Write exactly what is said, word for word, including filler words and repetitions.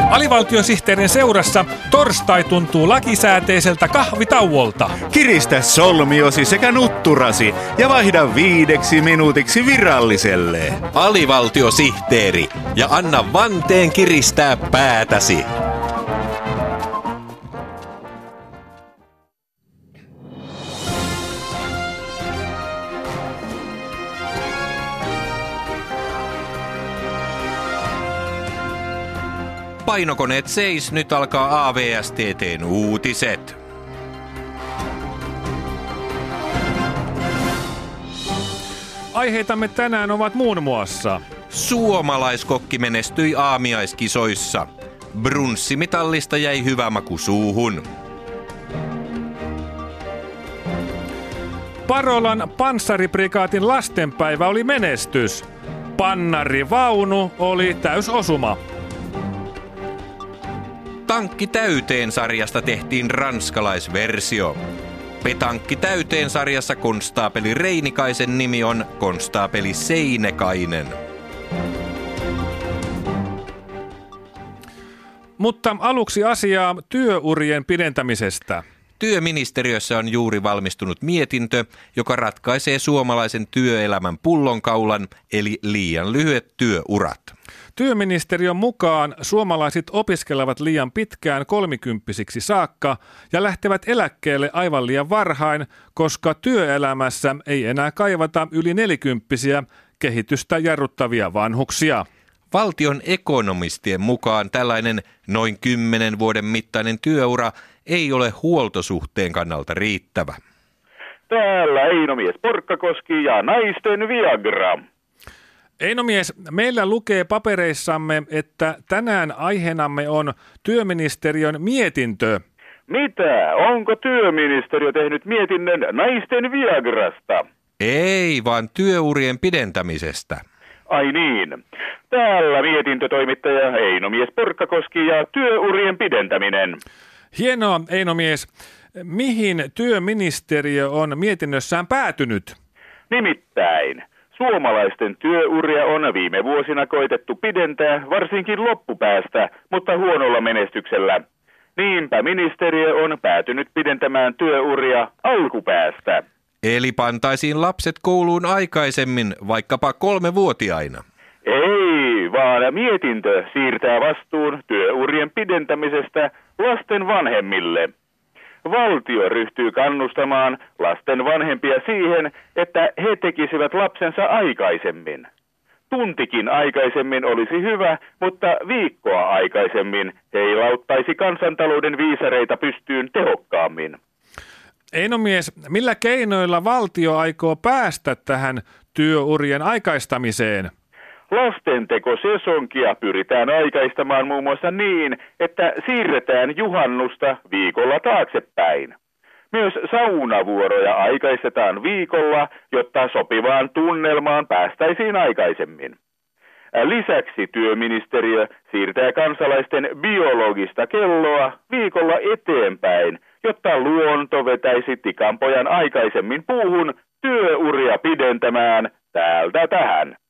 Alivaltiosihteerin seurassa torstai tuntuu lakisääteiseltä kahvitauolta. Kiristä solmiosi sekä nutturasi ja vaihda viideksi minuutiksi viralliselle. Alivaltiosihteeri ja anna vanteen kiristää päätäsi. Painokoneet seis, nyt alkaa A V S T T:n uutiset. Aiheitamme tänään ovat muun muassa: Suomalaiskokki menestyi aamiaiskisoissa. Brunssimitallista jäi hyvä maku suuhun. Parolan panssariprikaatin lastenpäivä oli menestys. Pannarivaunu oli täysosuma. Tankki täyteen -sarjasta tehtiin ranskalaisversio. Petankki täyteen -sarjassa konstaapeli Reinikaisen nimi on konstaapeli Seinekainen. Mutta aluksi asiaa työurien pidentämisestä. Työministeriössä on juuri valmistunut mietintö, joka ratkaisee suomalaisen työelämän pullonkaulan, eli liian lyhyet työurat. Työministeriön mukaan suomalaiset opiskelevat liian pitkään kolmikymppisiksi saakka ja lähtevät eläkkeelle aivan liian varhain, koska työelämässä ei enää kaivata yli nelikymppisiä kehitystä jarruttavia vanhuksia. Valtion ekonomistien mukaan tällainen noin kymmenen vuoden mittainen työura ei ole huoltosuhteen kannalta riittävä. Täällä Einomies Porkkakoski ja naisten Viagra. Einomies, meillä lukee papereissamme, että tänään aiheenamme on työministeriön mietintö. Mitä? Onko työministeriö tehnyt mietinnön naisten Viagrasta? Ei, vaan työurien pidentämisestä. Ai niin. Täällä mietintötoimittaja Einomies Porkkakoski ja työurien pidentäminen. Hienoa, Einomies. Mihin työministeriö on mietinnössään päätynyt? Nimittäin. Suomalaisten työuria on viime vuosina koitettu pidentää varsinkin loppupäästä, mutta huonolla menestyksellä. Niinpä ministeriö on päätynyt pidentämään työuria alkupäästä. Eli pantaisiin lapset kouluun aikaisemmin, vaikkapa kolmevuotiaina. Ei, vaan mietintö siirtää vastuun työurien pidentämisestä lasten vanhemmille. Valtio ryhtyy kannustamaan lasten vanhempia siihen, että he tekisivät lapsensa aikaisemmin. Tuntikin aikaisemmin olisi hyvä, mutta viikkoa aikaisemmin heilauttaisi kansantalouden viisareita pystyyn tehokkaammin. Einomies, millä keinoilla valtio aikoo päästä tähän työurien aikaistamiseen? Lastentekosesonkia pyritään aikaistamaan muun muassa niin, että siirretään juhannusta viikolla taaksepäin. Myös saunavuoroja aikaistetaan viikolla, jotta sopivaan tunnelmaan päästäisiin aikaisemmin. Lisäksi työministeriö siirtää kansalaisten biologista kelloa viikolla eteenpäin, jotta luonto vetäisi tikanpojan aikaisemmin puuhun työuria pidentämään täältä tähän.